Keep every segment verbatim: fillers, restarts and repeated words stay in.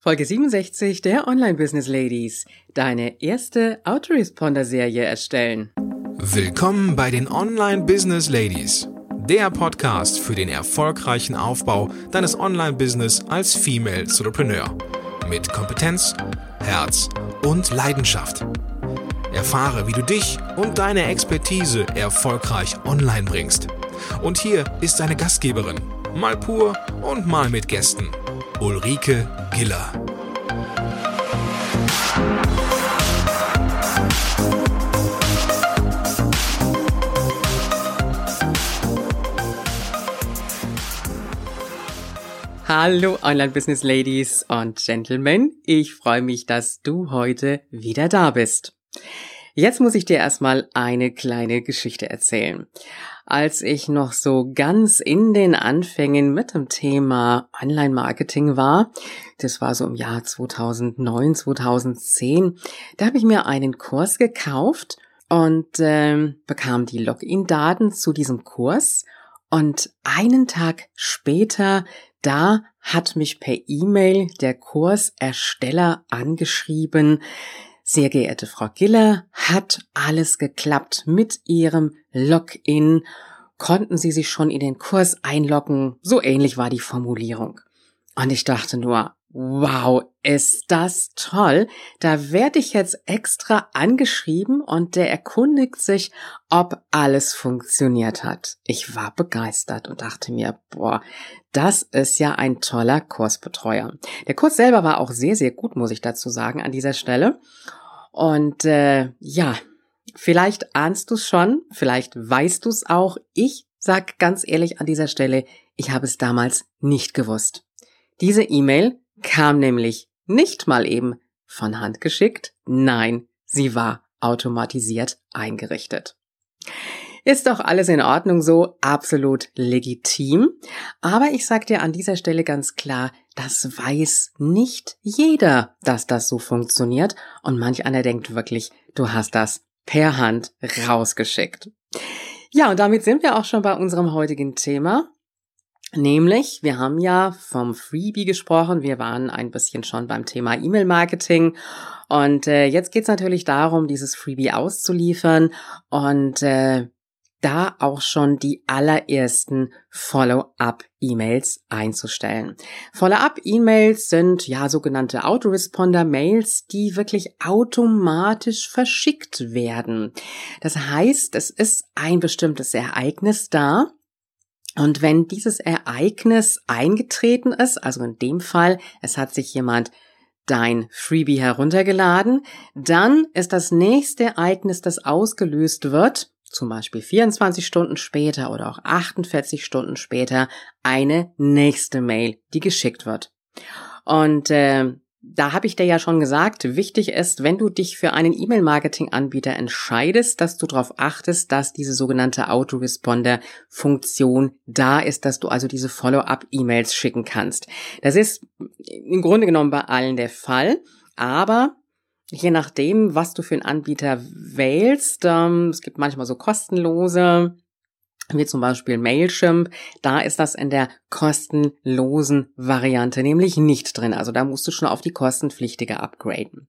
Folge siebenundsechzig der Online Business Ladies. Deine erste Autoresponder-Serie erstellen. Willkommen bei den Online Business Ladies. Der Podcast für den erfolgreichen Aufbau deines Online-Business als Female Entrepreneur. Mit Kompetenz, Herz und Leidenschaft. Erfahre, wie du dich und deine Expertise erfolgreich online bringst. Und hier ist deine Gastgeberin, mal pur und mal mit Gästen, Ulrike Giller. Hallo Online-Business Ladies und Gentlemen, ich freue mich, dass du heute wieder da bist. Jetzt muss ich dir erstmal eine kleine Geschichte erzählen. Als ich noch so ganz in den Anfängen mit dem Thema Online-Marketing war, das war so im Jahr zweitausendneun, zweitausendzehn, da habe ich mir einen Kurs gekauft und ähm, bekam die Login-Daten zu diesem Kurs. Und einen Tag später, da hat mich per E-Mail der Kursersteller angeschrieben: Sehr geehrte Frau Giller, hat alles geklappt mit Ihrem Login? Konnten Sie sich schon in den Kurs einloggen? So ähnlich war die Formulierung. Und ich dachte nur, wow, ist das toll. Da werde ich jetzt extra angeschrieben und der erkundigt sich, ob alles funktioniert hat. Ich war begeistert und dachte mir, boah, das ist ja ein toller Kursbetreuer. Der Kurs selber war auch sehr, sehr gut, muss ich dazu sagen, an dieser Stelle. Und äh, ja, vielleicht ahnst du es schon, vielleicht weißt du es auch. Ich sag ganz ehrlich an dieser Stelle, ich habe es damals nicht gewusst. Diese E-Mail kam nämlich nicht mal eben von Hand geschickt, nein, sie war automatisiert eingerichtet. Ist doch alles in Ordnung so, absolut legitim. Aber ich sag dir an dieser Stelle ganz klar, das weiß nicht jeder, dass das so funktioniert. Und manch einer denkt wirklich, du hast das per Hand rausgeschickt. Ja, und damit sind wir auch schon bei unserem heutigen Thema. Nämlich, wir haben ja vom Freebie gesprochen, wir waren ein bisschen schon beim Thema E-Mail-Marketing und äh, jetzt geht's natürlich darum, dieses Freebie auszuliefern und äh, da auch schon die allerersten Follow-up-E-Mails einzustellen. Follow-up-E-Mails sind ja sogenannte Autoresponder-Mails, die wirklich automatisch verschickt werden. Das heißt, es ist ein bestimmtes Ereignis da. Und wenn dieses Ereignis eingetreten ist, also in dem Fall, es hat sich jemand dein Freebie heruntergeladen, dann ist das nächste Ereignis, das ausgelöst wird, zum Beispiel vierundzwanzig Stunden später oder auch achtundvierzig Stunden später, eine nächste Mail, die geschickt wird. Und äh, da habe ich dir ja schon gesagt, wichtig ist, wenn du dich für einen E-Mail-Marketing-Anbieter entscheidest, dass du darauf achtest, dass diese sogenannte Autoresponder-Funktion da ist, dass du also diese Follow-up-E-Mails schicken kannst. Das ist im Grunde genommen bei allen der Fall, aber je nachdem, was du für einen Anbieter wählst, ähm, es gibt manchmal so kostenlose, wie zum Beispiel Mailchimp, da ist das in der kostenlosen Variante nämlich nicht drin. Also da musst du schon auf die kostenpflichtige upgraden.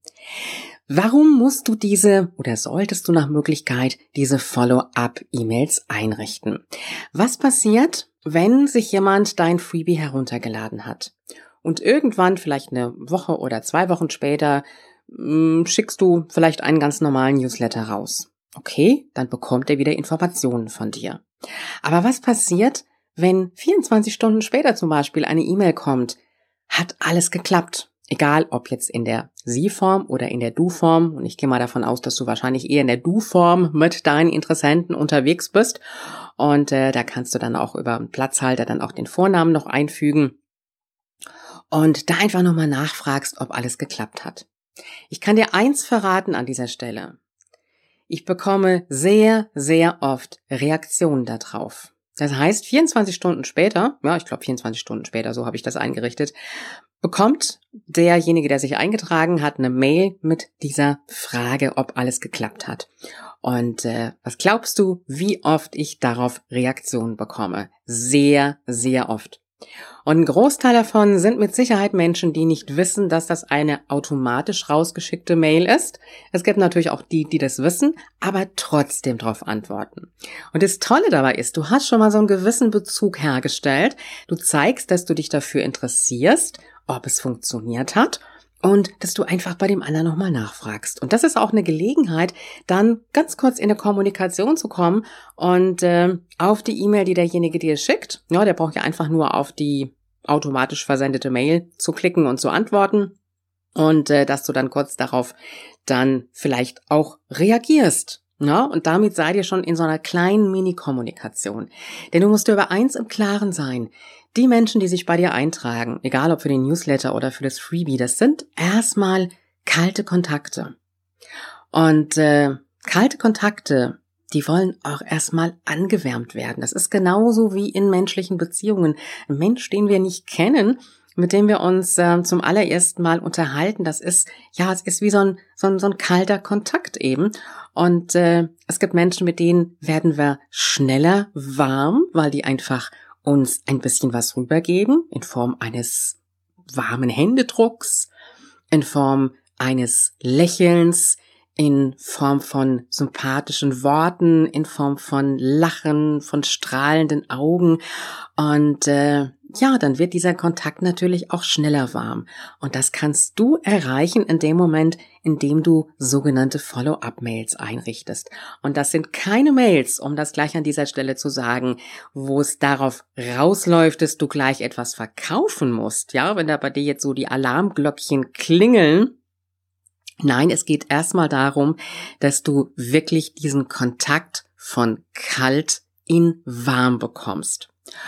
Warum musst du diese oder solltest du nach Möglichkeit diese Follow-up-E-Mails einrichten? Was passiert, wenn sich jemand dein Freebie heruntergeladen hat und irgendwann, vielleicht eine Woche oder zwei Wochen später, mh, schickst du vielleicht einen ganz normalen Newsletter raus? Okay, dann bekommt er wieder Informationen von dir. Aber was passiert, wenn vierundzwanzig Stunden später zum Beispiel eine E-Mail kommt? Hat alles geklappt? Egal, ob jetzt in der Sie-Form oder in der Du-Form. Und ich gehe mal davon aus, dass du wahrscheinlich eher in der Du-Form mit deinen Interessenten unterwegs bist. Und äh, da kannst du dann auch über einen Platzhalter dann auch den Vornamen noch einfügen. Und da einfach nochmal nachfragst, ob alles geklappt hat. Ich kann dir eins verraten an dieser Stelle. Ich bekomme sehr, sehr oft Reaktionen darauf. Das heißt, vierundzwanzig Stunden später, ja, ich glaube vierundzwanzig Stunden später, so habe ich das eingerichtet, bekommt derjenige, der sich eingetragen hat, eine Mail mit dieser Frage, ob alles geklappt hat. Und äh, was glaubst du, wie oft ich darauf Reaktionen bekomme? Sehr, sehr oft. Und ein Großteil davon sind mit Sicherheit Menschen, die nicht wissen, dass das eine automatisch rausgeschickte Mail ist. Es gibt natürlich auch die, die das wissen, aber trotzdem darauf antworten. Und das Tolle dabei ist, du hast schon mal so einen gewissen Bezug hergestellt. Du zeigst, dass du dich dafür interessierst, ob es funktioniert hat und dass du einfach bei dem anderen nochmal nachfragst. Und das ist auch eine Gelegenheit, dann ganz kurz in eine Kommunikation zu kommen und äh, auf die E-Mail, die derjenige dir schickt, ja, der braucht ja einfach nur auf die automatisch versendete Mail zu klicken und zu antworten und äh, dass du dann kurz darauf dann vielleicht auch reagierst. Ja, und damit seid ihr schon in so einer kleinen Mini-Kommunikation. Denn du musst dir über eins im Klaren sein. Die Menschen, die sich bei dir eintragen, egal ob für den Newsletter oder für das Freebie, das sind erstmal kalte Kontakte. Und äh, kalte Kontakte, die wollen auch erstmal angewärmt werden. Das ist genauso wie in menschlichen Beziehungen. Ein Mensch, den wir nicht kennen, mit dem wir uns äh, zum allerersten Mal unterhalten, das ist, ja, es ist wie so ein, so ein, so ein kalter Kontakt eben. Und äh, es gibt Menschen, mit denen werden wir schneller warm, weil die einfach uns ein bisschen was rübergeben, in Form eines warmen Händedrucks, in Form eines Lächelns, in Form von sympathischen Worten, in Form von Lachen, von strahlenden Augen. Und äh, ja, dann wird dieser Kontakt natürlich auch schneller warm. Und das kannst du erreichen in dem Moment, in dem du sogenannte Follow-up-Mails einrichtest. Und das sind keine Mails, um das gleich an dieser Stelle zu sagen, wo es darauf rausläuft, dass du gleich etwas verkaufen musst. Ja, wenn da bei dir jetzt so die Alarmglöckchen klingeln. Nein, es geht erstmal darum, dass du wirklich diesen Kontakt von kalt in warm bekommst.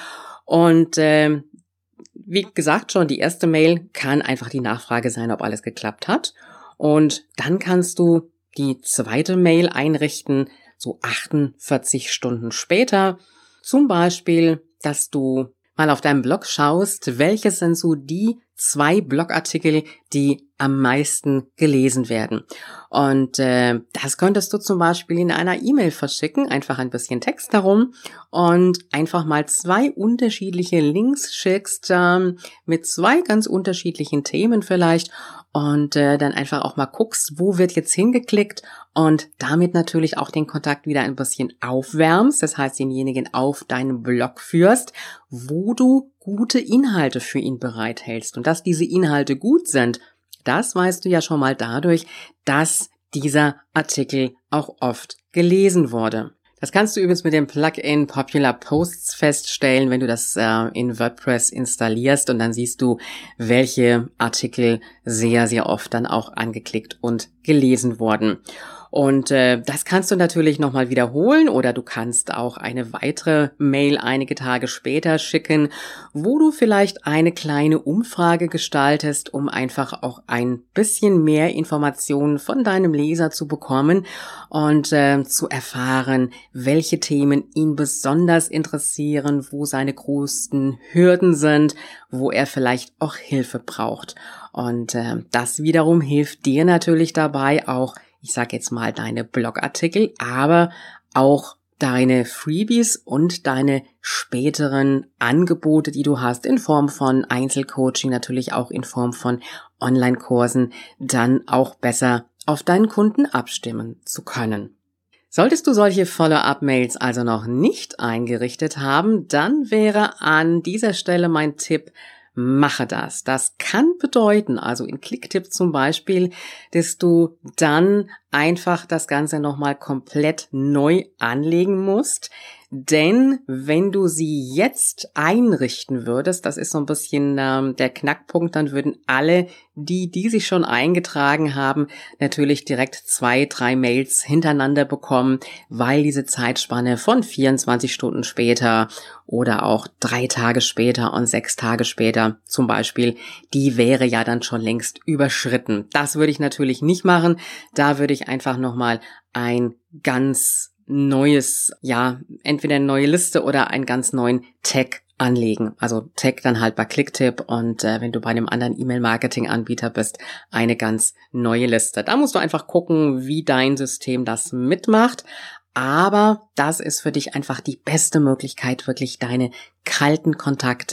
Und äh, wie gesagt schon, die erste Mail kann einfach die Nachfrage sein, ob alles geklappt hat. Und dann kannst du die zweite Mail einrichten, so achtundvierzig Stunden später. Zum Beispiel, dass du mal auf deinem Blog schaust, welches sind so die zwei Blogartikel, die am meisten gelesen werden. Und äh, das könntest du zum Beispiel in einer E-Mail verschicken, einfach ein bisschen Text darum und einfach mal zwei unterschiedliche Links schickst, ähm, mit zwei ganz unterschiedlichen Themen vielleicht und äh, dann einfach auch mal guckst, wo wird jetzt hingeklickt und damit natürlich auch den Kontakt wieder ein bisschen aufwärmst, das heißt denjenigen auf deinem Blog führst, wo du gute Inhalte für ihn bereithältst. Und dass diese Inhalte gut sind, das weißt du ja schon mal dadurch, dass dieser Artikel auch oft gelesen wurde. Das kannst du übrigens mit dem Plugin Popular Posts feststellen, wenn du das äh, in WordPress installierst und dann siehst du, welche Artikel sehr, sehr oft dann auch angeklickt und gelesen wurden. Und äh, das kannst du natürlich nochmal wiederholen oder du kannst auch eine weitere Mail einige Tage später schicken, wo du vielleicht eine kleine Umfrage gestaltest, um einfach auch ein bisschen mehr Informationen von deinem Leser zu bekommen und äh, zu erfahren, welche Themen ihn besonders interessieren, wo seine größten Hürden sind, wo er vielleicht auch Hilfe braucht. Und äh, das wiederum hilft dir natürlich dabei, auch ich sage jetzt mal deine Blogartikel, aber auch deine Freebies und deine späteren Angebote, die du hast, in Form von Einzelcoaching, natürlich auch in Form von Online-Kursen, dann auch besser auf deinen Kunden abstimmen zu können. Solltest du solche Follow-up-Mails also noch nicht eingerichtet haben, dann wäre an dieser Stelle mein Tipp, mache das. Das kann bedeuten, also in Clicktip zum Beispiel, dass du dann einfach das Ganze nochmal komplett neu anlegen musst. Denn wenn du sie jetzt einrichten würdest, das ist so ein bisschen ähm, der Knackpunkt, dann würden alle, die, die sich schon eingetragen haben, natürlich direkt zwei, drei Mails hintereinander bekommen, weil diese Zeitspanne von vierundzwanzig Stunden später oder auch drei Tage später und sechs Tage später zum Beispiel, die wäre ja dann schon längst überschritten. Das würde ich natürlich nicht machen. Da würde ich einfach nochmal ein ganz neues, ja, entweder eine neue Liste oder einen ganz neuen Tag anlegen. Also Tag dann halt bei Clicktip und äh, wenn du bei einem anderen E-Mail-Marketing-Anbieter bist, eine ganz neue Liste. Da musst du einfach gucken, wie dein System das mitmacht. Aber das ist für dich einfach die beste Möglichkeit, wirklich deine kalten Kontakte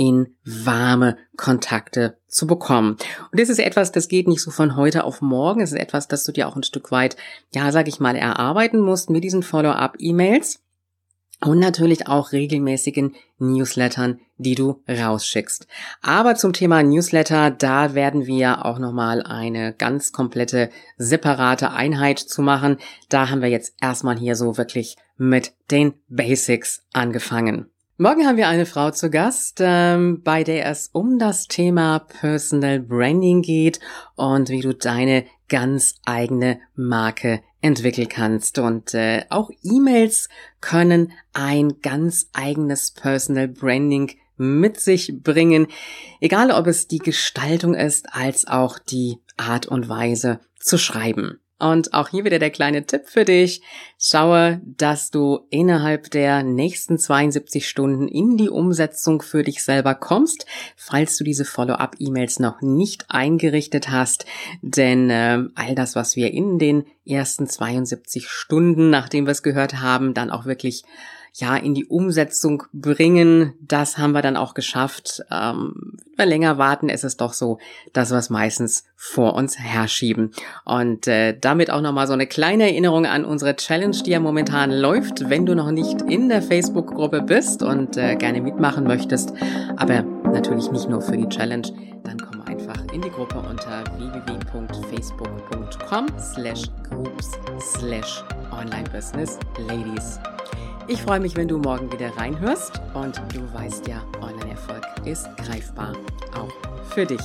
in warme Kontakte zu bekommen. Und das ist etwas, das geht nicht so von heute auf morgen. Es ist etwas, das du dir auch ein Stück weit, ja, sag ich mal, erarbeiten musst mit diesen Follow-up-E-Mails. Und natürlich auch regelmäßigen Newslettern, die du rausschickst. Aber zum Thema Newsletter, da werden wir auch nochmal eine ganz komplette separate Einheit zu machen. Da haben wir jetzt erstmal hier so wirklich mit den Basics angefangen. Morgen haben wir eine Frau zu Gast, ähm, bei der es um das Thema Personal Branding geht und wie du deine ganz eigene Marke entwickeln kannst. Und äh, auch E-Mails können ein ganz eigenes Personal Branding mit sich bringen, egal ob es die Gestaltung ist, als auch die Art und Weise zu schreiben. Und auch hier wieder der kleine Tipp für dich. Schaue, dass du innerhalb der nächsten zweiundsiebzig Stunden in die Umsetzung für dich selber kommst, falls du diese Follow-up-E-Mails noch nicht eingerichtet hast. Denn äh, all das, was wir in den ersten zweiundsiebzig Stunden, nachdem wir es gehört haben, dann auch wirklich ja in die Umsetzung bringen, das haben wir dann auch geschafft. Ähm, wenn wir länger warten, ist es doch so, dass wir es meistens vor uns herschieben. Und äh, damit auch nochmal so eine kleine Erinnerung an unsere Challenge, die ja momentan läuft, wenn du noch nicht in der Facebook-Gruppe bist und äh, gerne mitmachen möchtest, aber natürlich nicht nur für die Challenge, dann komm einfach in die Gruppe unter w w w punkt facebook punkt com slash groups slash online business ladies. Ich freue mich, wenn du morgen wieder reinhörst und du weißt ja, Online-Erfolg ist greifbar, auch für dich.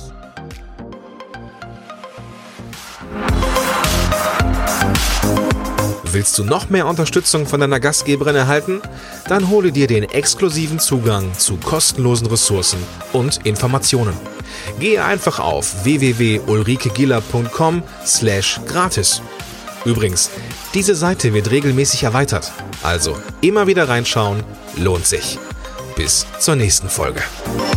Willst du noch mehr Unterstützung von deiner Gastgeberin erhalten? Dann hole dir den exklusiven Zugang zu kostenlosen Ressourcen und Informationen. Gehe einfach auf w w w punkt ulrike gieler punkt com slash gratis. Übrigens, diese Seite wird regelmäßig erweitert, also immer wieder reinschauen, lohnt sich. Bis zur nächsten Folge.